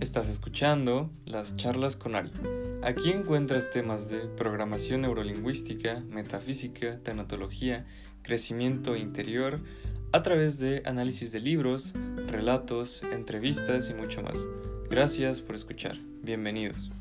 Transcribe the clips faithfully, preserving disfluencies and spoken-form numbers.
Estás escuchando Las Charlas con Ari. Aquí encuentras temas de programación neurolingüística, metafísica, tanatología, crecimiento interior, a través de análisis de libros, relatos, entrevistas y mucho más. Gracias por escuchar. Bienvenidos.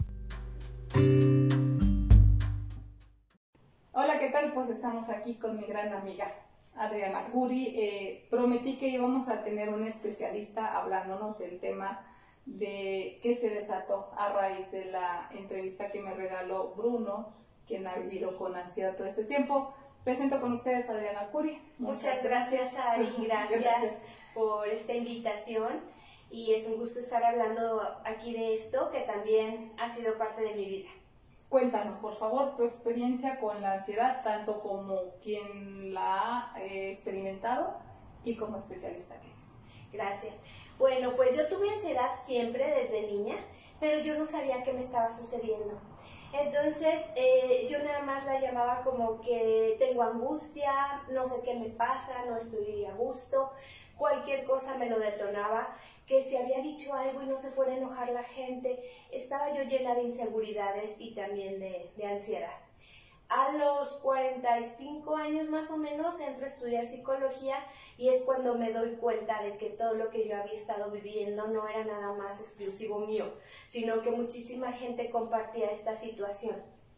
Hola, ¿qué tal? Pues estamos aquí con mi gran amiga Adriana Curi. Eh, prometí que íbamos a tener un especialista hablándonos del tema de qué se desató a raíz de la entrevista que me regaló Bruno, quien ha vivido con ansiedad todo este tiempo. Presento con ustedes a Adriana Curi. Muchas gracias, Ari, gracias, gracias por esta invitación y es un gusto estar hablando aquí de esto que también ha sido parte de mi vida. Cuéntanos, por favor, tu experiencia con la ansiedad, tanto como quien la ha eh, experimentado y como especialista que eres. Gracias. Bueno, pues yo tuve ansiedad siempre desde niña, pero yo no sabía qué me estaba sucediendo. Entonces eh, yo nada más la llamaba como que tengo angustia, no sé qué me pasa, no estoy a gusto, cualquier cosa me lo detonaba, que si había dicho algo y no se fuera a enojar la gente, estaba yo llena de inseguridades y también de, de ansiedad. A los cuarenta y cinco años más o menos entro a estudiar psicología y es cuando me doy cuenta de que todo lo que yo había estado viviendo no era nada más exclusivo mío, sino que muchísima gente compartía esta situación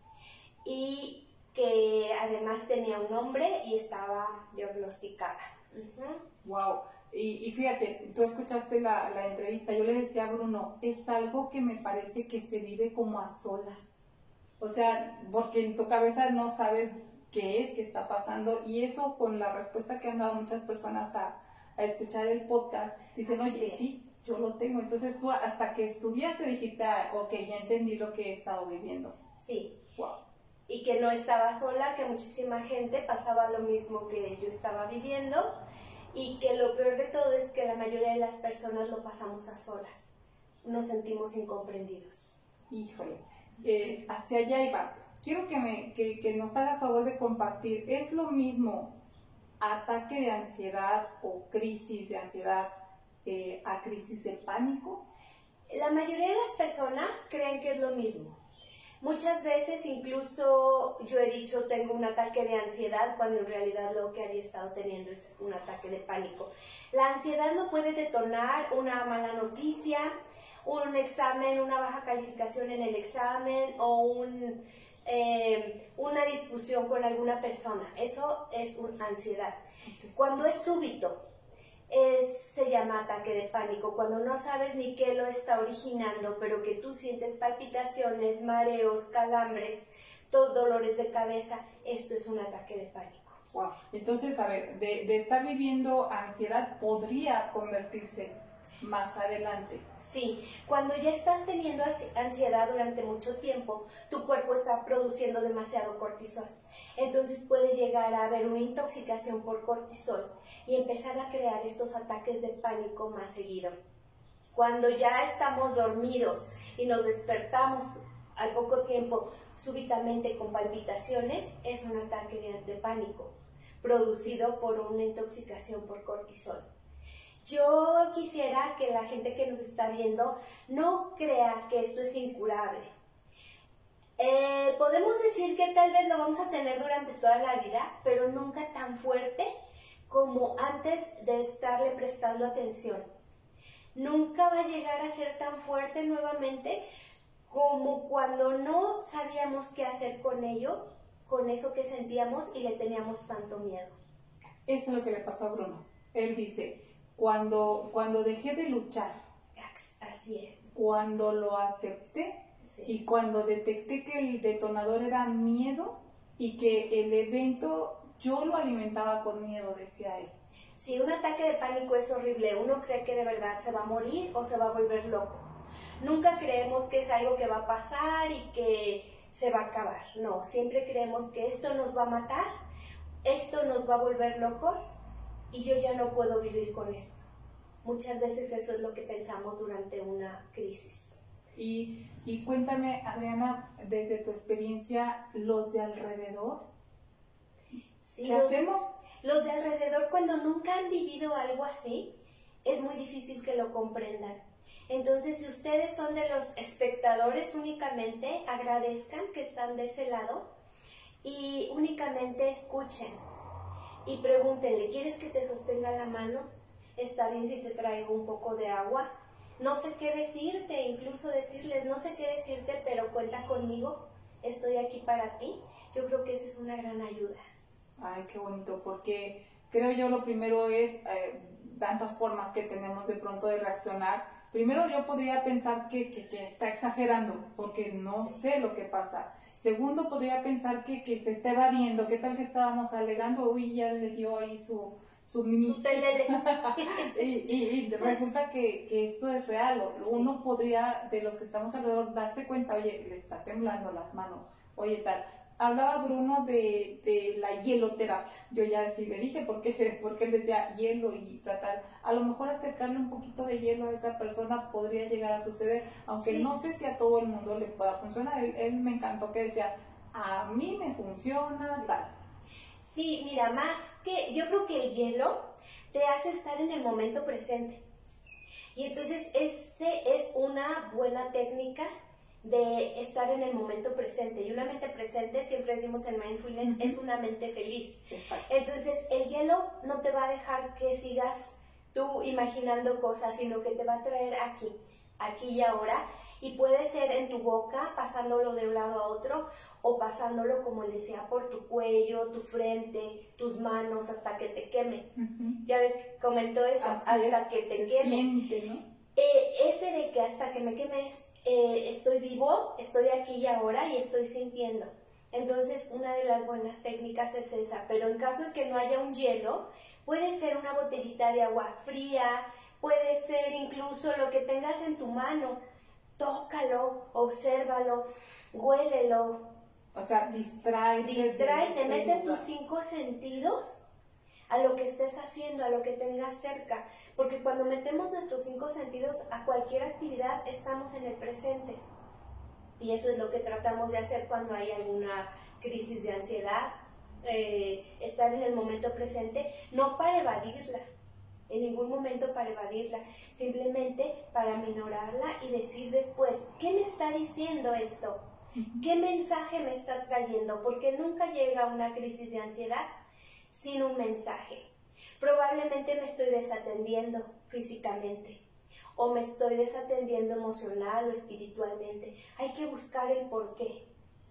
y que además tenía un nombre y estaba diagnosticada. Uh-huh. Wow. Y, y fíjate, tú escuchaste la, la entrevista, yo le decía a Bruno, es algo que me parece que se vive como a solas. O sea, porque en tu cabeza no sabes qué es, qué está pasando, y eso con la respuesta que han dado muchas personas a, a escuchar el podcast, dicen, oye, sí, yo lo tengo. Entonces tú hasta que estudiaste dijiste, ah, ok, ya entendí lo que he estado viviendo. Sí. Wow. Y que no estaba sola, que muchísima gente pasaba lo mismo que yo estaba viviendo, y que lo peor de todo es que la mayoría de las personas lo pasamos a solas. Nos sentimos incomprendidos. Híjole. Eh, hacia allá iba. Quiero que, me, que, que nos hagas favor de compartir. ¿Es lo mismo ataque de ansiedad o crisis de ansiedad eh, a crisis de pánico? La mayoría de las personas creen que es lo mismo. Muchas veces incluso yo he dicho tengo un ataque de ansiedad cuando en realidad lo que había estado teniendo es un ataque de pánico. La ansiedad lo puede detonar una mala noticia, un examen, una baja calificación en el examen o un, eh, una discusión con alguna persona. Eso es una ansiedad. Cuando es súbito, es, se llama ataque de pánico. Cuando no sabes ni qué lo está originando, pero que tú sientes palpitaciones, mareos, calambres, todo, dolores de cabeza, esto es un ataque de pánico. Wow. Entonces, a ver, de, de estar viviendo ansiedad podría convertirse más adelante. Sí, cuando ya estás teniendo ansiedad durante mucho tiempo, tu cuerpo está produciendo demasiado cortisol. Entonces puede llegar a haber una intoxicación por cortisol y empezar a crear estos ataques de pánico más seguido. Cuando ya estamos dormidos y nos despertamos al poco tiempo súbitamente con palpitaciones, es un ataque de, de pánico producido por una intoxicación por cortisol. Yo quisiera que la gente que nos está viendo no crea que esto es incurable. Eh, podemos decir que tal vez lo vamos a tener durante toda la vida, pero nunca tan fuerte como antes de estarle prestando atención. Nunca va a llegar a ser tan fuerte nuevamente como cuando no sabíamos qué hacer con ello, con eso que sentíamos y le teníamos tanto miedo. Eso es lo que le pasó a Bruno. Él dice, Cuando, cuando dejé de luchar, así es. Cuando lo acepté, sí. Y cuando detecté que el detonador era miedo y que el evento yo lo alimentaba con miedo, decía él. Sí, un ataque de pánico es horrible. Uno cree que de verdad se va a morir o se va a volver loco. Nunca creemos que es algo que va a pasar y que se va a acabar. No, siempre creemos que esto nos va a matar, esto nos va a volver locos y yo ya no puedo vivir con esto. Muchas veces eso es lo que pensamos durante una crisis. Y, y cuéntame, Adriana, desde tu experiencia, los de alrededor, sí, ¿qué los, hacemos? Los de alrededor, cuando nunca han vivido algo así, es muy difícil que lo comprendan. Entonces, si ustedes son de los espectadores únicamente, agradezcan que están de ese lado y únicamente escuchen y pregúntenle, ¿quieres que te sostenga la mano? ¿Está bien si te traigo un poco de agua? No sé qué decirte, incluso decirles, no sé qué decirte, pero cuenta conmigo, estoy aquí para ti. Yo creo que esa es una gran ayuda. Ay, qué bonito, porque creo yo lo primero es eh, tantas formas que tenemos de pronto de reaccionar. Primero yo podría pensar que, que, que está exagerando, porque no sí. sé lo que pasa. Segundo, podría pensar que, que se está evadiendo. ¿Qué tal que estábamos alegando? Uy, ya le dio ahí su... su, su y, y, y resulta que, que esto es real. Sí. Uno podría, de los que estamos alrededor, darse cuenta, oye, le está temblando las manos, oye, tal. Hablaba Bruno de, de la hieloterapia. Yo ya sí le dije porque, porque él decía hielo y tratar. A lo mejor acercarle un poquito de hielo a esa persona podría llegar a suceder, aunque sí. no sé si a todo el mundo le pueda funcionar. Él, él me encantó que decía, a mí me funciona tal. Sí, mira, más que yo creo que el hielo te hace estar en el momento presente. Y entonces ese es una buena técnica de estar en el momento presente. Y una mente presente, siempre decimos en mindfulness, uh-huh. es una mente feliz. Exacto. Entonces el hielo no te va a dejar que sigas tú imaginando cosas, sino que te va a traer aquí, aquí y ahora. Y puede ser en tu boca, pasándolo de un lado a otro, o pasándolo, como decía, por tu cuello, tu frente, tus manos, hasta que te queme. Uh-huh. Ya ves, comentó eso, así hasta es, que te se queme. Siente, ¿no? Eh, ese de que hasta que me quemes, eh, estoy vivo, estoy aquí y ahora y estoy sintiendo. Entonces, una de las buenas técnicas es esa, pero en caso de que no haya un hielo, puede ser una botellita de agua fría, puede ser incluso lo que tengas en tu mano. Tócalo, obsérvalo, huélelo. O sea, distráete. Distráete, mete tus cinco sentidos a lo que estés haciendo, a lo que tengas cerca. Porque cuando metemos nuestros cinco sentidos a cualquier actividad, estamos en el presente. Y eso es lo que tratamos de hacer cuando hay alguna crisis de ansiedad. Eh, estar en el momento presente, no para evadirla. En ningún momento para evadirla, simplemente para minorarla y decir después, ¿qué me está diciendo esto? ¿Qué mensaje me está trayendo? Porque nunca llega una crisis de ansiedad sin un mensaje. Probablemente me estoy desatendiendo físicamente o me estoy desatendiendo emocional o espiritualmente. Hay que buscar el porqué.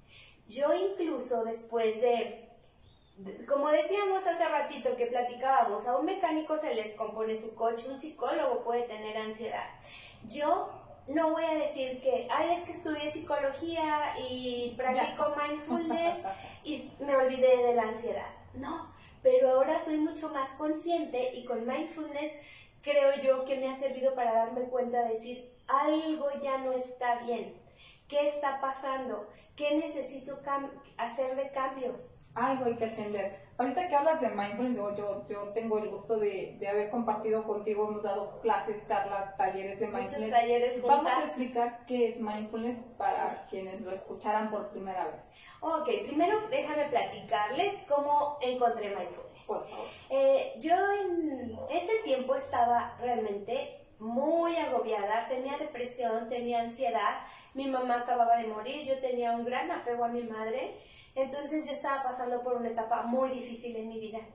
Yo incluso después de... Como decíamos hace ratito que platicábamos, a un mecánico se les compone su coche, un psicólogo puede tener ansiedad. Yo no voy a decir que, ay, es que estudié psicología y practico ya. mindfulness y me olvidé de la ansiedad. No, pero ahora soy mucho más consciente y con mindfulness creo yo que me ha servido para darme cuenta de decir, algo ya no está bien. ¿Qué está pasando? ¿Qué necesito hacer de cambios? Algo hay que atender. Ahorita que hablas de mindfulness, yo, yo tengo el gusto de, de haber compartido contigo, hemos dado clases, charlas, talleres de mindfulness. Muchos talleres juntas. Vamos a explicar qué es mindfulness para sí. quienes lo escucharan por primera vez. Ok, primero déjame platicarles cómo encontré mindfulness. Por favor. Eh, yo en ese tiempo estaba realmente muy agobiada, tenía depresión, tenía ansiedad, mi mamá acababa de morir, yo tenía un gran apego a mi madre. Entonces yo estaba pasando por una etapa muy difícil en mi vida.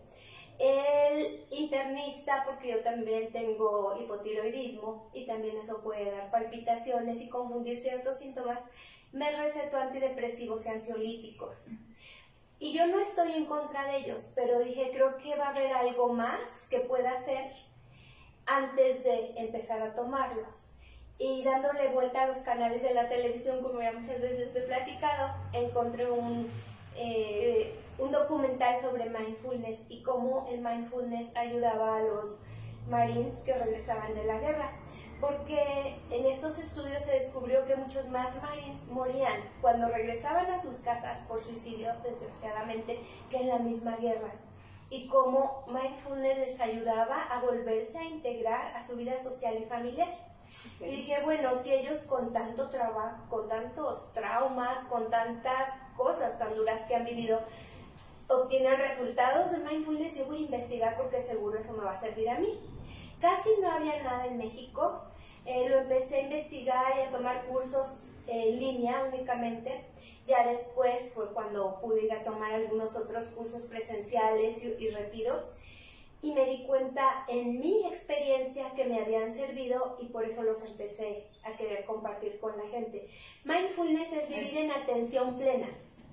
El internista, porque yo también tengo hipotiroidismo y también eso puede dar palpitaciones y confundir ciertos síntomas, me recetó antidepresivos y ansiolíticos. Y yo no estoy en contra de ellos, pero dije, creo que va a haber algo más que pueda hacer antes de empezar a tomarlos. Y dándole vuelta a los canales de la televisión, como ya muchas veces les he platicado, encontré un... Eh, un documental sobre mindfulness y cómo el mindfulness ayudaba a los marines que regresaban de la guerra, porque en estos estudios se descubrió que muchos más marines morían cuando regresaban a sus casas por suicidio, desgraciadamente, que en la misma guerra, y cómo mindfulness les ayudaba a volverse a integrar a su vida social y familiar. Okay. Y dije, bueno, si ellos con tanto trabajo, con tantos traumas, con tantas cosas tan duras que han vivido, obtienen resultados de mindfulness, yo voy a investigar porque seguro eso me va a servir a mí. Casi no había nada en México, Eh, lo empecé a investigar y a tomar cursos en línea únicamente. Ya después fue cuando pude ir a tomar algunos otros cursos presenciales y, y retiros. Y me di cuenta en mi experiencia que me habían servido y por eso los empecé a querer compartir con la gente. Mindfulness es vivir en atención plena.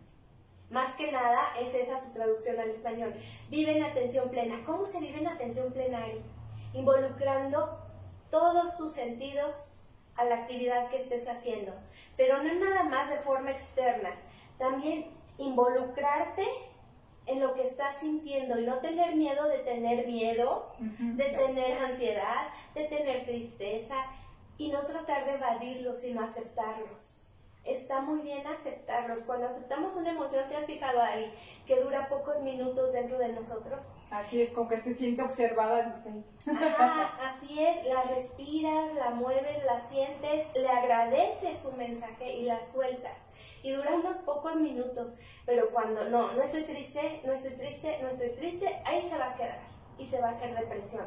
Más que nada es esa su traducción al español. Vive en atención plena. ¿Cómo se vive en atención plena, Ari? Involucrando todos tus sentidos a la actividad que estés haciendo. Pero no nada más de forma externa. También involucrarte en lo que estás sintiendo y no tener miedo de tener miedo, uh-huh. de tener ansiedad, de tener tristeza y no tratar de evadirlos, sino aceptarlos. Está muy bien aceptarlos. Cuando aceptamos una emoción, ¿te has fijado, Ari, que dura pocos minutos dentro de nosotros? Así es, como que se siente observada, no sé. Ajá, así es, la respiras, la mueves, la sientes, le agradeces su mensaje y la sueltas. Y dura unos pocos minutos, pero cuando no, no estoy triste, no estoy triste, no estoy triste, ahí se va a quedar y se va a hacer depresión.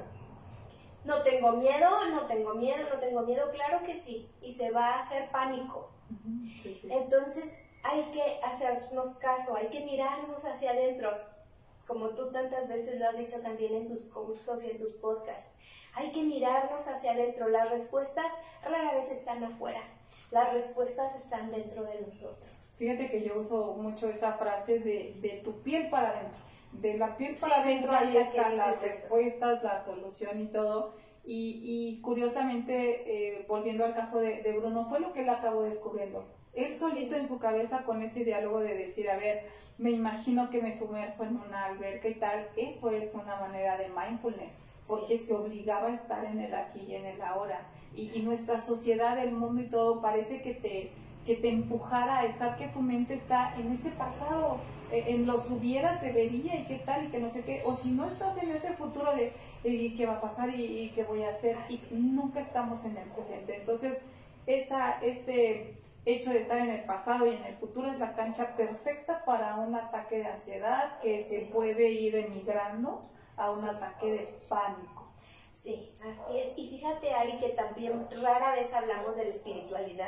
No tengo miedo, no tengo miedo, no tengo miedo, claro que sí, y se va a hacer pánico. Sí, sí. Entonces hay que hacernos caso, hay que mirarnos hacia adentro, como tú tantas veces lo has dicho también en tus cursos y en tus podcasts. Hay que mirarnos hacia adentro, las respuestas rara vez están afuera. Las respuestas están dentro de nosotros. Fíjate que yo uso mucho esa frase de, de tu piel para adentro. De la piel para sí, adentro, ahí están las eso. respuestas, la solución y todo. Y, y curiosamente, eh, volviendo al caso de, de Bruno, fue lo que él acabó descubriendo. Él solito en su cabeza con ese diálogo de decir, a ver, me imagino que me sumerjo en una alberca y tal. Eso es una manera de mindfulness, porque sí. se obligaba a estar en el aquí y en el ahora. Y, y nuestra sociedad, el mundo y todo parece que te, que te empujara a estar, que tu mente está en ese pasado, en los hubieras, debería y qué tal y que no sé qué, o si no estás en ese futuro de y qué va a pasar y, y qué voy a hacer, y nunca estamos en el presente. Entonces esa, ese hecho de estar en el pasado y en el futuro es la cancha perfecta para un ataque de ansiedad que se puede ir emigrando a un ataque de pánico. Sí, así es. Y fíjate, Ari, que también rara vez hablamos de la espiritualidad.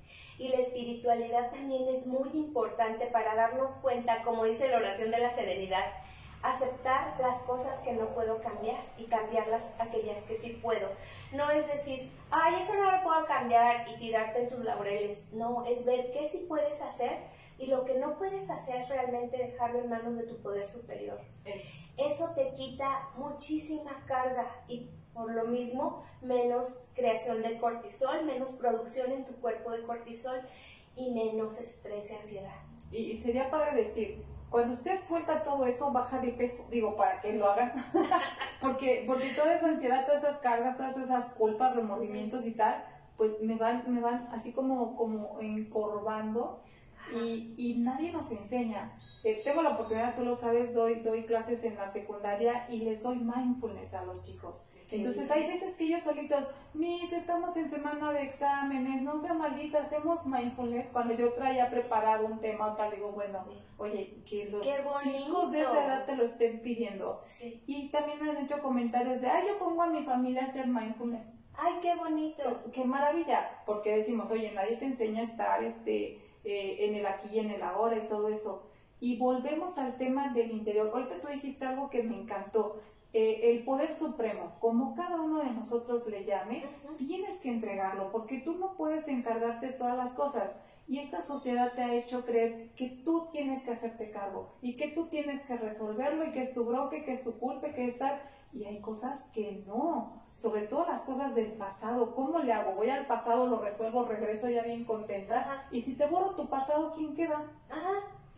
Y la espiritualidad también es muy importante para darnos cuenta, como dice la oración de la serenidad, aceptar las cosas que no puedo cambiar y cambiarlas aquellas que sí puedo. No es decir, ay, eso no lo puedo cambiar y tirarte en tus laureles. No, es ver qué sí puedes hacer y lo que no puedes hacer realmente dejarlo en manos de tu poder superior. Eso, Eso te quita muchísima carga y por lo mismo menos creación de cortisol, menos producción en tu cuerpo de cortisol y menos estrés y ansiedad. Y, y sería padre decir, cuando usted suelta todo eso, baja de peso, digo, para que lo hagan, porque, porque toda esa ansiedad, todas esas cargas, todas esas culpas, remordimientos y tal, pues me van, me van así como, como encorvando y, y nadie nos enseña. Eh, tengo la oportunidad, tú lo sabes, doy, doy clases en la secundaria y les doy mindfulness a los chicos. Entonces hay veces que ellos solitos, Miss, estamos en semana de exámenes, no sea maldita, hacemos mindfulness. Cuando yo traía preparado un tema o tal, digo, bueno, sí. oye, que los chicos de esa edad te lo estén pidiendo. Sí. Y también me han hecho comentarios de, ay, yo pongo a mi familia a hacer mindfulness. Ay, qué bonito. Qué maravilla, porque decimos, oye, nadie te enseña a estar este, eh, en el aquí y en el ahora y todo eso. Y volvemos al tema del interior. Ahorita tú dijiste algo que me encantó. Eh, el poder supremo, como cada uno de nosotros le llame, uh-huh. tienes que entregarlo, porque tú no puedes encargarte de todas las cosas. Y esta sociedad te ha hecho creer que tú tienes que hacerte cargo y que tú tienes que resolverlo y que es tu broque, que es tu culpa, que es tal. Y hay cosas que no, sobre todo las cosas del pasado. ¿Cómo le hago? Voy al pasado, lo resuelvo, regreso ya bien contenta. Ajá. Y si te borro tu pasado, ¿quién queda? Ajá.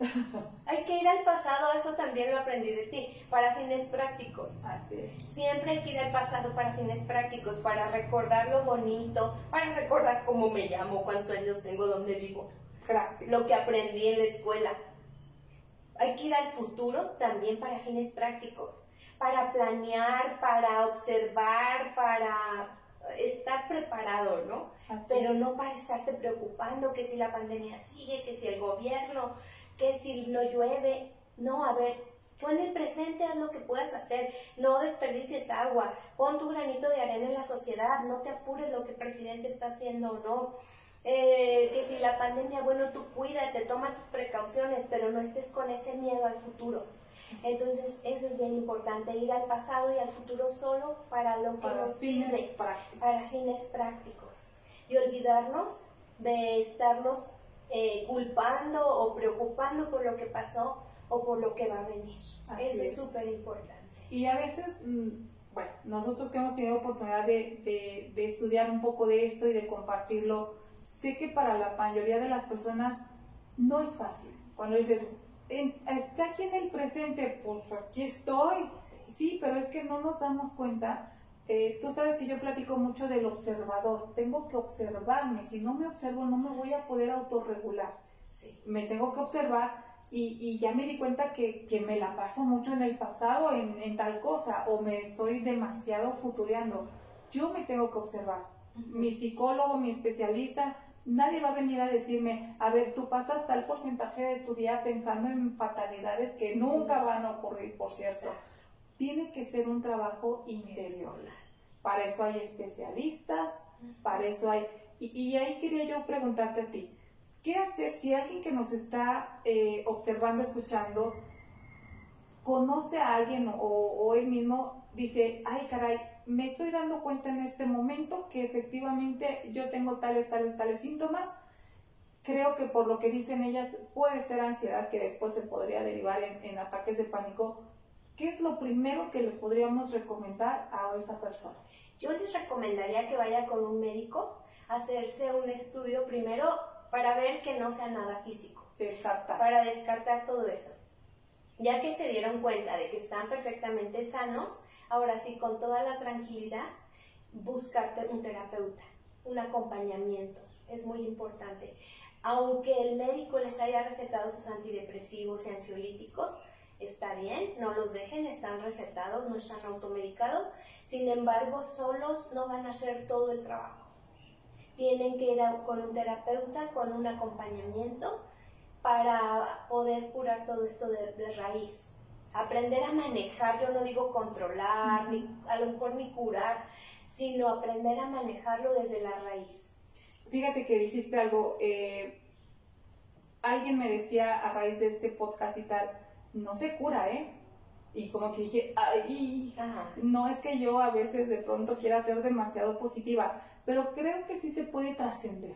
Hay que ir al pasado, eso también lo aprendí de ti, para fines prácticos. Así es. Siempre hay que ir al pasado para fines prácticos, para recordar lo bonito, para recordar cómo me llamo, cuántos años tengo, dónde vivo, práctico. Lo que aprendí en la escuela. Hay que ir al futuro también para fines prácticos, para planear, para observar, para estar preparado, ¿no? Así Pero es. no para estarte preocupando que si la pandemia sigue, que si el gobierno, que si no llueve. No, a ver, Tú en el presente haz lo que puedas hacer, no desperdicies agua, pon tu granito de arena en la sociedad, no te apures lo que el presidente está haciendo o no. Eh, que si la pandemia, bueno, tú cuídate, toma tus precauciones, pero no estés con ese miedo al futuro. Entonces, eso es bien importante, ir al pasado y al futuro solo para lo que para nos fines sirve, prácticos. para fines prácticos. Y olvidarnos de estarnos eh, culpando o preocupando por lo que pasó o por lo que va a venir. Así Eso es es. súper importante. Y a veces, mm, bueno, nosotros que hemos tenido oportunidad de, de, de estudiar un poco de esto y de compartirlo, sé que para la mayoría de las personas no es fácil. Cuando dices, está aquí en el presente, pues aquí estoy. Sí, pero es que no nos damos cuenta. Eh, tú sabes que yo platico mucho del observador. Tengo que observarme. Si no me observo, no me voy a poder autorregular. Sí. Me tengo que observar y, y ya me di cuenta que, que me la paso mucho en el pasado, en, en tal cosa, o me estoy demasiado futureando. Yo me tengo que observar. Uh-huh. Mi psicólogo, mi especialista, nadie va a venir a decirme, a ver, tú pasas tal porcentaje de tu día pensando en fatalidades que nunca van a ocurrir, por cierto. Tiene que ser un trabajo interior. Para eso hay especialistas, para eso hay... Y, y ahí quería yo preguntarte a ti, ¿qué hacer si alguien que nos está eh, observando, escuchando, conoce a alguien o, o él mismo dice, ay caray, me estoy dando cuenta en este momento que efectivamente yo tengo tales, tales, tales síntomas? Creo que por lo que dicen ellas puede ser ansiedad que después se podría derivar en, en ataques de pánico. ¿Qué es lo primero que le podríamos recomendar a esa persona? Yo les recomendaría que vaya con un médico a hacerse un estudio primero para ver que no sea nada físico. Descartar. Para descartar todo eso. Ya que se dieron cuenta de que están perfectamente sanos, ahora sí, con toda la tranquilidad, buscarte un terapeuta, un acompañamiento. Es muy importante. Aunque el médico les haya recetado sus antidepresivos y ansiolíticos, está bien, no los dejen, están recetados, no están automedicados. Sin embargo, solos no van a hacer todo el trabajo. Tienen que ir a, con un terapeuta, con un acompañamiento, para poder curar todo esto de, de raíz. Aprender a manejar, yo no digo controlar, ni, a lo mejor ni curar, sino aprender a manejarlo desde la raíz. Fíjate que dijiste algo, eh, alguien me decía a raíz de este podcast y tal, no se cura, ¿eh? Y como que dije, ay, Ajá. no es que yo a veces de pronto quiera ser demasiado positiva, pero creo que sí se puede trascender.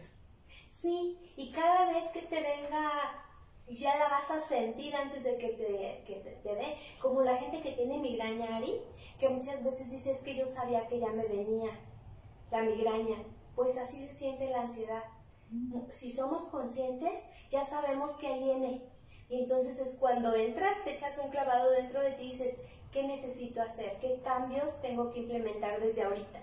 Sí, y cada vez que te venga, ya la vas a sentir antes de que te, que te, te dé. Como la gente que tiene migraña, Ari, que muchas veces dice, es que yo sabía que ya me venía la migraña. Pues así se siente la ansiedad. Mm. Si somos conscientes, ya sabemos que ahí viene. Y entonces es cuando entras, te echas un clavado dentro de ti y dices, ¿qué necesito hacer? ¿Qué cambios tengo que implementar desde ahorita?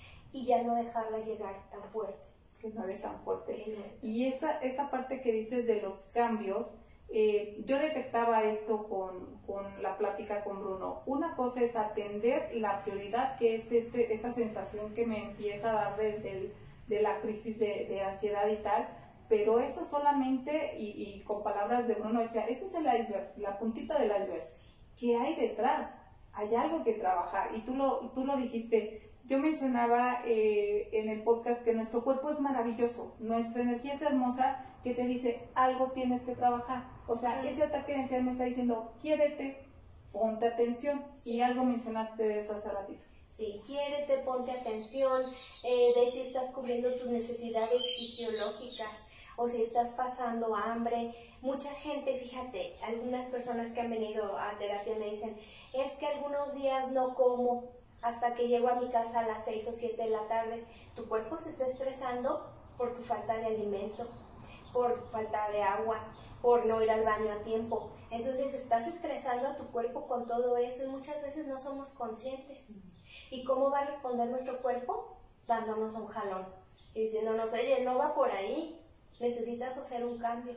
Y ya no dejarla llegar tan fuerte. Que no es tan fuerte. Y esa, esa parte que dices de los cambios, eh, yo detectaba esto con, con la plática con Bruno. Una cosa es atender la prioridad, que es este, esta sensación que me empieza a dar de, de, de la crisis de, de ansiedad y tal, pero eso solamente, y, y con palabras de Bruno decía, ese es el iceberg, la puntita del iceberg. ¿Qué hay detrás? Hay algo que trabajar. Y tú lo, tú lo dijiste. Yo mencionaba eh, en el podcast que nuestro cuerpo es maravilloso, nuestra energía es hermosa, que te dice, algo tienes que trabajar. O sea, ese ataque de ansiedad me está diciendo, quiérete, ponte atención. Sí. Y algo mencionaste de eso hace ratito. Sí, quiérete, ponte atención, eh, ve si estás cubriendo tus necesidades fisiológicas o si estás pasando hambre. Mucha gente, fíjate, algunas personas que han venido a terapia me dicen, es que algunos días no como hasta que llego a mi casa a las seis o siete de la tarde. Tu cuerpo se está estresando por tu falta de alimento, por falta de agua, por no ir al baño a tiempo. Entonces estás estresando a tu cuerpo con todo eso y muchas veces no somos conscientes. ¿Y cómo va a responder nuestro cuerpo? Dándonos un jalón y diciéndonos, oye, no va por ahí, necesitas hacer un cambio.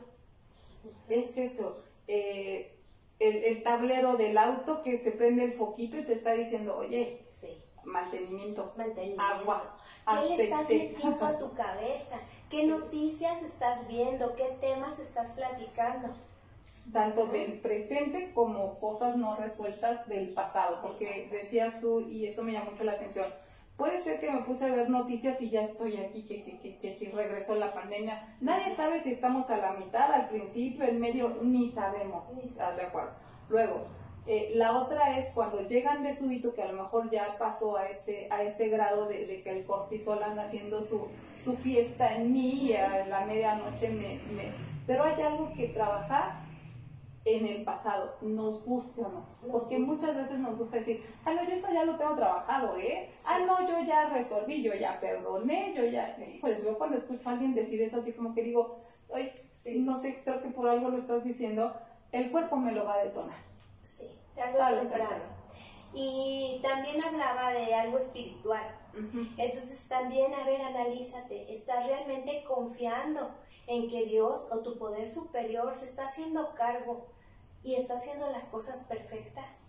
Es eso, eh, el, el tablero del auto que se prende el foquito y te está diciendo, oye, sí. mantenimiento, mantenimiento, agua, ¿qué aceite? le estás metiendo a tu cabeza? ¿Qué sí. noticias estás viendo? ¿Qué temas estás platicando? tanto del presente como cosas no resueltas del pasado, porque decías tú, y eso me llamó mucho la atención, puede ser que me puse a ver noticias y ya estoy aquí, que, que, que, que si regresó la pandemia, nadie sabe si estamos a la mitad, al principio, en medio, ni sabemos, ¿estás de acuerdo? Luego, eh, la otra es cuando llegan de súbito, que a lo mejor ya pasó a ese, a ese grado de, de que el cortisol anda haciendo su, su fiesta en mí y a la medianoche me, me... Pero hay algo que trabajar en el pasado, nos guste o no, porque muchas veces nos gusta decir, ah no, yo esto ya lo tengo trabajado, ¿eh? Sí. Ah no, yo ya resolví, yo ya perdoné, yo ya, sí. Pues yo cuando escucho a alguien decir eso así como que digo, ay, sí, no sé, creo que por algo lo estás diciendo, el cuerpo me lo va a detonar. Sí, tarde o temprano. Y también hablaba de algo espiritual, uh-huh. Entonces también, a ver, analízate, ¿estás realmente confiando en que Dios o tu poder superior se está haciendo cargo y está haciendo las cosas perfectas?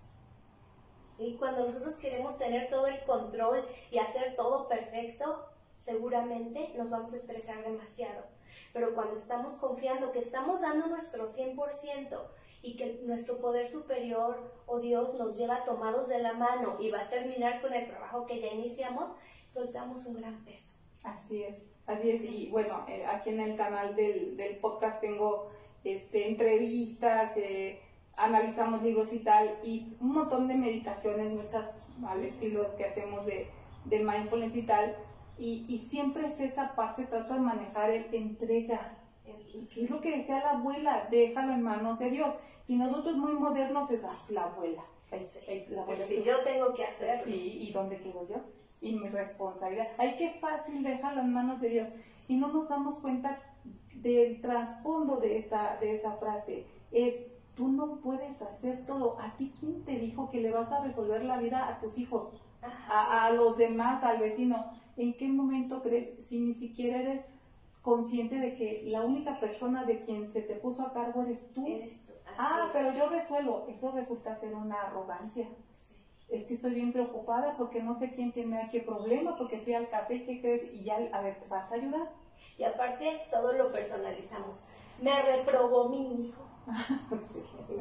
¿Sí? Cuando nosotros queremos tener todo el control y hacer todo perfecto, seguramente nos vamos a estresar demasiado. Pero cuando estamos confiando que estamos dando nuestro cien por ciento y que nuestro poder superior o Dios nos lleva tomados de la mano y va a terminar con el trabajo que ya iniciamos, soltamos un gran peso. Así es. Así es, y bueno, eh, aquí en el canal del, del podcast tengo este, entrevistas, eh, analizamos libros y tal, y un montón de meditaciones, muchas al estilo que hacemos de, de mindfulness y tal, y, y siempre es esa parte, trato de manejar el entrega, el, que es lo que decía la abuela, déjalo en manos de Dios, y nosotros muy modernos es, ay, la abuela, es, es la abuela. Si yo tengo que hacerlo. Sí, ¿y dónde quedo yo? Y mi responsabilidad. Ay, qué fácil dejarlo en manos de Dios. Y no nos damos cuenta del trasfondo de esa, de esa frase. Es, tú no puedes hacer todo. ¿A ti quién te dijo que le vas a resolver la vida a tus hijos? A, a los demás, al vecino. ¿En qué momento crees, si ni siquiera eres consciente de que la única persona de quien se te puso a cargo eres tú? Eres tú. Ah, pero yo resuelvo. Eso resulta ser una arrogancia. Sí. Es que estoy bien preocupada porque no sé quién tiene qué problema, porque fui al café, ¿qué crees? Y ya, a ver, ¿vas a ayudar? Y aparte, todo lo personalizamos. Me reprobó mi hijo. Sí, sí.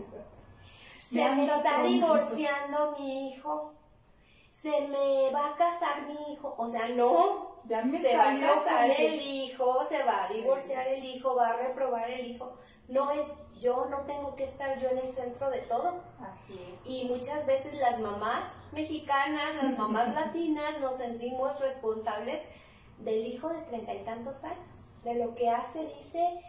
Se me está divorciando mi hijo. Se me va a casar mi hijo. O sea, no. Ya me se va a casar el hijo, se va a divorciar el hijo, va a reprobar el hijo. No es yo, no tengo que estar yo en el centro de todo. Así es. Y muchas veces las mamás mexicanas, las mamás latinas, nos sentimos responsables del hijo de treinta y tantos años, de lo que hace, dice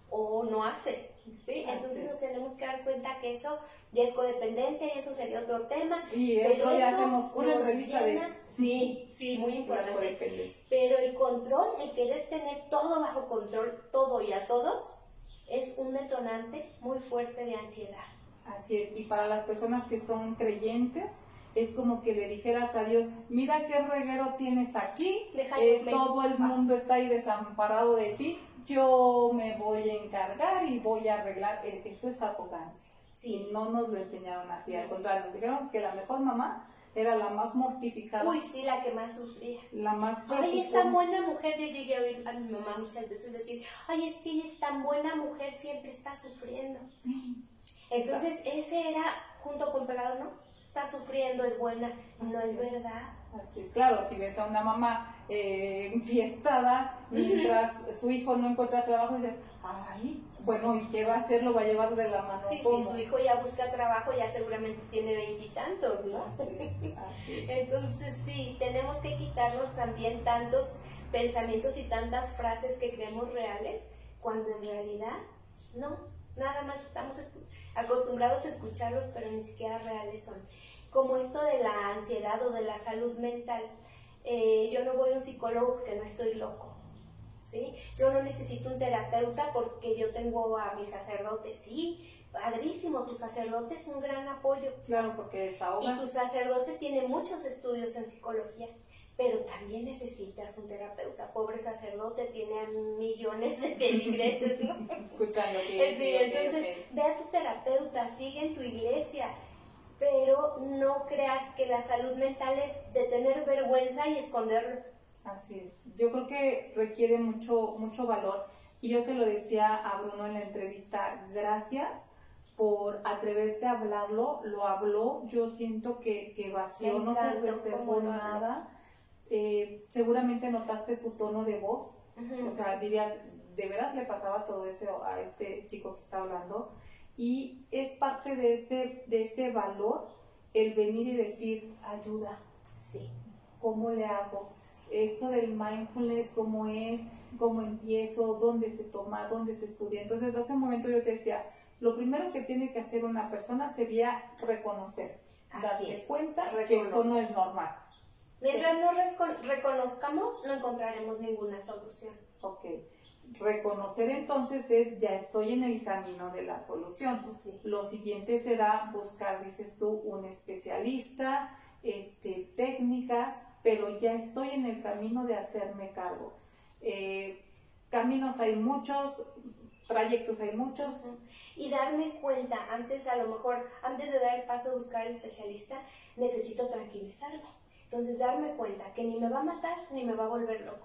o no hace. ¿Sí? Entonces nos tenemos que dar cuenta que eso ya es codependencia y eso sería otro tema. Y pero ya hacemos una entrevista de eso. Sí, sí, muy importante. Pero el control, el querer tener todo bajo control, todo y a todos, es un detonante muy fuerte de ansiedad. Así es, y para las personas que son creyentes, es como que le dijeras a Dios, mira qué reguero tienes aquí, eh, todo el mundo está ahí desamparado de ti, yo me voy a encargar y voy a arreglar. Eso es arrogancia. Sí. Y no nos lo enseñaron así, al contrario, nos dijeron que la mejor mamá era la más mortificada. Uy, sí, la que más sufría. La más preocupada. Ay, es tan buena mujer. Yo llegué a oír a mi mamá muchas veces decir, ay, es que ella es tan buena mujer, siempre está sufriendo. Entonces, ese era, junto con pegado, ¿no? Está sufriendo, es buena. No es verdad. Así es, claro, si ves a una mamá eh, enfiestada mientras uh-huh. su hijo no encuentra trabajo, y dices, ay, bueno, ¿y qué va a hacer? Lo va a llevar de la mano. Sí, si su hijo ya busca trabajo, ya seguramente tiene veintitantos, ¿no? Así es, así es. Entonces, sí, tenemos que quitarnos también tantos pensamientos y tantas frases que creemos reales, cuando en realidad no, nada más estamos acostumbrados a escucharlos, pero ni siquiera reales son. Como esto de la ansiedad o de la salud mental. Eh, yo no voy a un psicólogo porque no estoy loco, ¿sí? Yo no necesito un terapeuta porque yo tengo a mi sacerdote. Sí, padrísimo, tu sacerdote es un gran apoyo. Claro, porque desahogas. Y tu sacerdote tiene muchos estudios en psicología, pero también necesitas un terapeuta. Pobre sacerdote, tiene millones de feligreses, ¿no? Escuchando que sí, entonces, que... ve a tu terapeuta, sigue en tu iglesia, pero no creas que la salud mental es de tener vergüenza y esconderlo. Así es. Yo creo que requiere mucho, mucho valor. Y yo se lo decía a Bruno en la entrevista, gracias por atreverte a hablarlo, lo habló, yo siento que, que vació, no se reservó nada. Eh, seguramente notaste su tono de voz, uh-huh. O sea, dirías, de veras le pasaba todo eso a este chico que está hablando, y es parte de ese, de ese valor el venir y decir, ayuda, sí. ¿Cómo le hago? Esto del mindfulness, ¿cómo es? ¿Cómo empiezo? ¿Dónde se toma? ¿Dónde se estudia? Entonces, hace un momento yo te decía, lo primero que tiene que hacer una persona sería reconocer, Así darse es. cuenta Reconocer. que esto no es normal. Mientras no reconozcamos, no encontraremos ninguna solución. Ok. Reconocer entonces es, ya estoy en el camino de la solución. Sí. Lo siguiente será buscar, dices tú, un especialista, este, técnicas, pero ya estoy en el camino de hacerme cargo. Eh, caminos hay muchos, trayectos hay muchos. Uh-huh. Y darme cuenta, antes a lo mejor, antes de dar el paso de buscar al especialista, necesito tranquilizarme. Entonces darme cuenta que ni me va a matar, ni me va a volver loco.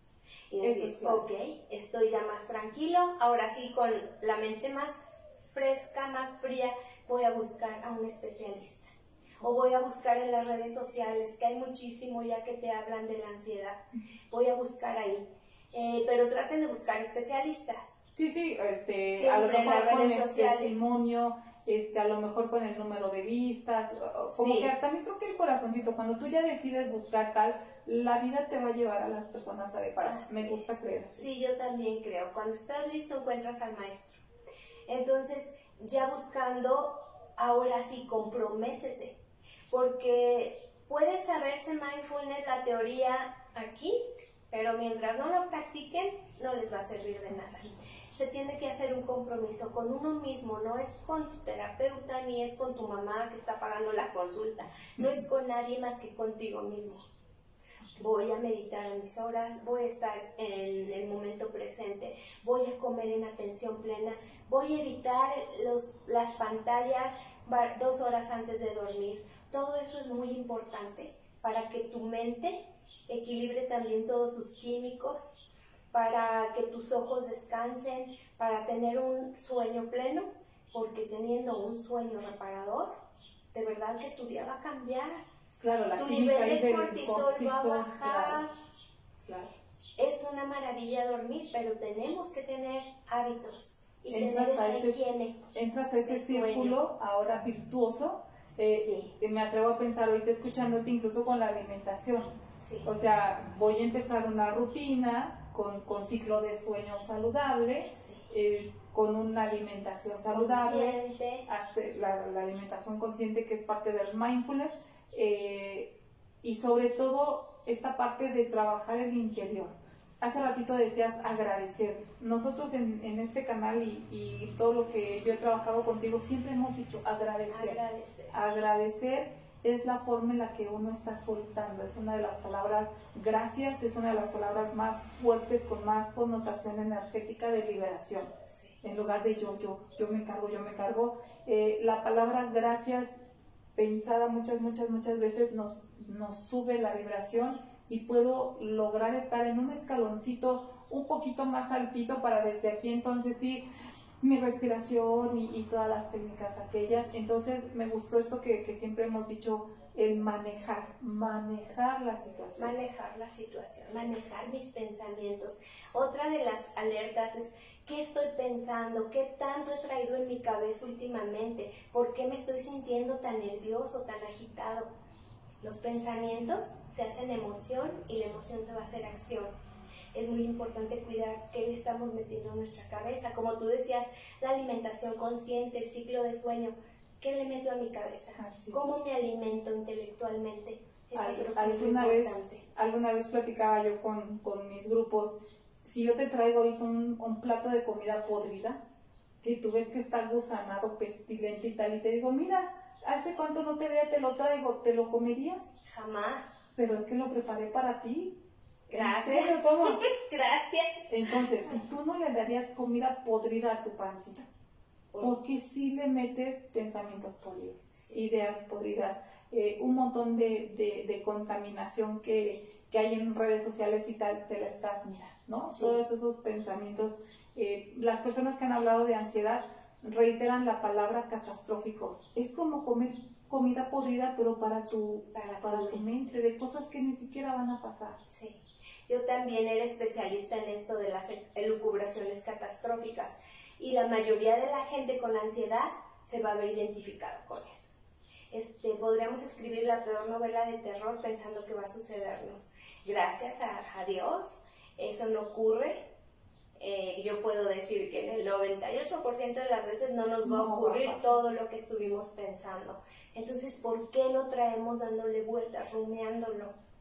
Y decir, es claro. Ok, estoy ya más tranquilo, ahora sí con la mente más fresca, más fría, voy a buscar a un especialista. O voy a buscar en las redes sociales, que hay muchísimo ya que te hablan de la ansiedad. Voy a buscar ahí. Eh, pero traten de buscar especialistas. Sí, sí, este, Siempre a lo mejor con el sociales. testimonio, este, a lo mejor con el número de vistas, como sí. que también creo que el corazoncito, cuando tú ya decides buscar tal, la vida te va a llevar a las personas adecuadas. Así Me gusta es. creer así. Sí, yo también creo. Cuando estás listo encuentras al maestro. Entonces, ya buscando, ahora sí, comprométete. Porque puede saberse mindfulness, la teoría aquí, pero mientras no lo practiquen, no les va a servir de nada. Se tiene que hacer un compromiso con uno mismo, no es con tu terapeuta, ni es con tu mamá que está pagando la consulta, no es con nadie más que contigo mismo. Voy a meditar en mis horas, voy a estar en el momento presente, voy a comer en atención plena, voy a evitar los, las pantallas dos horas antes de dormir. Todo eso es muy importante para que tu mente equilibre también todos sus químicos, para que tus ojos descansen, para tener un sueño pleno, porque teniendo un sueño reparador, de verdad que tu día va a cambiar. Claro, la tu química nivel de del cortisol, cortisol va a bajar. Claro, claro. Es una maravilla dormir, pero tenemos que tener hábitos y entras tener esa ese, higiene. Entras a ese círculo ahora virtuoso. Eh, sí. Me atrevo a pensar ahorita escuchándote incluso con la alimentación. Sí. O sea, voy a empezar una rutina con, con ciclo de sueño saludable, sí. eh, con una alimentación saludable, consciente. Hace la, la alimentación consciente que es parte del mindfulness, eh, y sobre todo esta parte de trabajar el interior. Hace ratito decías agradecer. Nosotros en, en este canal y, y todo lo que yo he trabajado contigo siempre hemos dicho agradecer. Agradecer. Agradecer es la forma en la que uno está soltando. Es una de las palabras, gracias, es una de las palabras más fuertes con más connotación energética de liberación. Sí. En lugar de yo, yo, yo me cargo, yo me cargo. Eh, la palabra gracias, pensada muchas, muchas, muchas veces, nos, nos sube la vibración y puedo lograr estar en un escaloncito un poquito más altito para desde aquí entonces sí, mi respiración y, y todas las técnicas aquellas. Entonces me gustó esto que, que siempre hemos dicho, el manejar, manejar la situación. Manejar la situación, manejar mis pensamientos. Otra de las alertas es, ¿qué estoy pensando? ¿Qué tanto he traído en mi cabeza últimamente? ¿Por qué me estoy sintiendo tan nervioso, tan agitado? Los pensamientos se hacen emoción y la emoción se va a hacer acción. Es muy importante cuidar qué le estamos metiendo a nuestra cabeza. Como tú decías, la alimentación consciente, el ciclo de sueño. ¿Qué le meto a mi cabeza? Así ¿Cómo me alimento intelectualmente? Es Al, otro alguna, punto vez, importante. alguna vez platicaba yo con, con mis grupos, si yo te traigo ahorita un, un plato de comida podrida, que tú ves que está gusanado, pestilente y tal, y te digo, mira, ¿hace cuánto no te veía? Te lo traigo, ¿te lo comerías? Jamás. Pero es que lo preparé para ti. Gracias. ¿En serio? ¿Cómo? Gracias. Entonces, si tú no le darías comida podrida a tu pancita, ¿por qué sí le metes pensamientos podridos, sí. ideas podridas, eh, un montón de, de, de contaminación que, que hay en redes sociales y tal, te la estás mirando, ¿no? Sí. Todos esos pensamientos, eh, las personas que han hablado de ansiedad reiteran la palabra catastróficos. Es como comer comida podrida, pero para tu, para, para tu mente, de cosas que ni siquiera van a pasar. Sí. Yo también era especialista en esto de las elucubraciones catastróficas y la mayoría de la gente con ansiedad se va a ver identificada con eso. Este, podríamos escribir la peor novela de terror pensando que va a sucedernos. Gracias a, a Dios, eso no ocurre. Eh, yo puedo decir que en el noventa y ocho por ciento de las veces no nos va a ocurrir todo lo que estuvimos pensando. Entonces, ¿por qué lo traemos dándole vueltas, rumiándolo?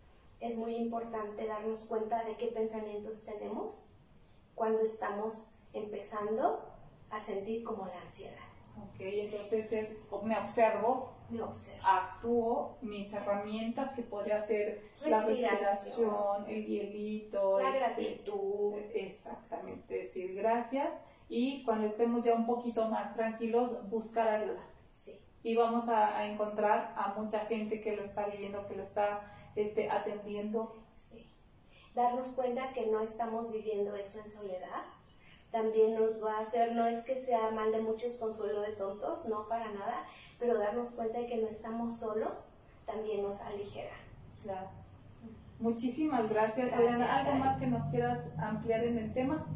Es muy importante darnos cuenta de qué pensamientos tenemos cuando estamos empezando a sentir como la ansiedad. Ok, entonces es, me observo, me observo, actúo, mis herramientas que podría ser respiración, la respiración, el hielito, la este, gratitud. Exactamente, decir gracias y cuando estemos ya un poquito más tranquilos, buscar ayuda. Sí. Y vamos a, a encontrar a mucha gente que lo está viviendo, que lo está este, atendiendo. Sí. Darnos cuenta que no estamos viviendo eso en soledad. También nos va a hacer, no es que sea mal de muchos, consuelo de tontos, no para nada, pero darnos cuenta de que no estamos solos también nos aligera. Claro. Muchísimas gracias, gracias Adriana. ¿Algo más que nos quieras ampliar en el tema?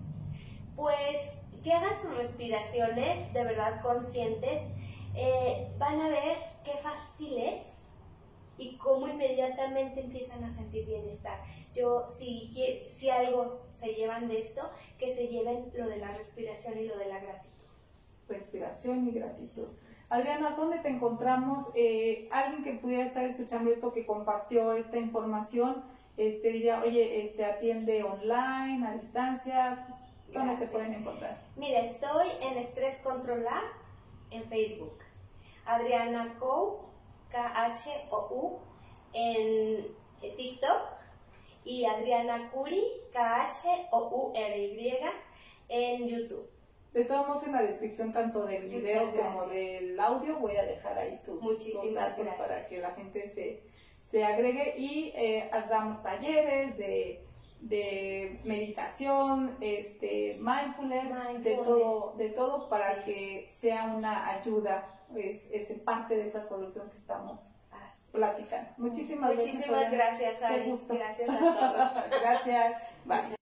Pues que hagan sus respiraciones de verdad conscientes, eh, van a ver qué fácil es y cómo inmediatamente empiezan a sentir bienestar. Yo, si, si algo se llevan de esto, que se lleven lo de la respiración y lo de la gratitud. Respiración y gratitud. Adriana, ¿dónde te encontramos? Eh, alguien que pudiera estar escuchando esto, que compartió esta información, este, diría, oye, este, atiende online, a distancia, ¿dónde Gracias. Te pueden encontrar? Mira, estoy en Estrés Control Lab en Facebook, Adriana Kou, K H O U, en TikTok, y Adriana Curi, K H O U R Y, en YouTube. De todos modos, en la descripción tanto del video como del audio voy a dejar ahí tus contactos para que la gente se, se agregue y eh, damos talleres de, de meditación, este, mindfulness, mindfulness. De, todo, de todo para sí. que sea una ayuda, es, es parte de esa solución que estamos platicando. Muchísimas, Muchísimas gracias, Ari. Qué gusto. Gracias a todos. Gracias. Bye.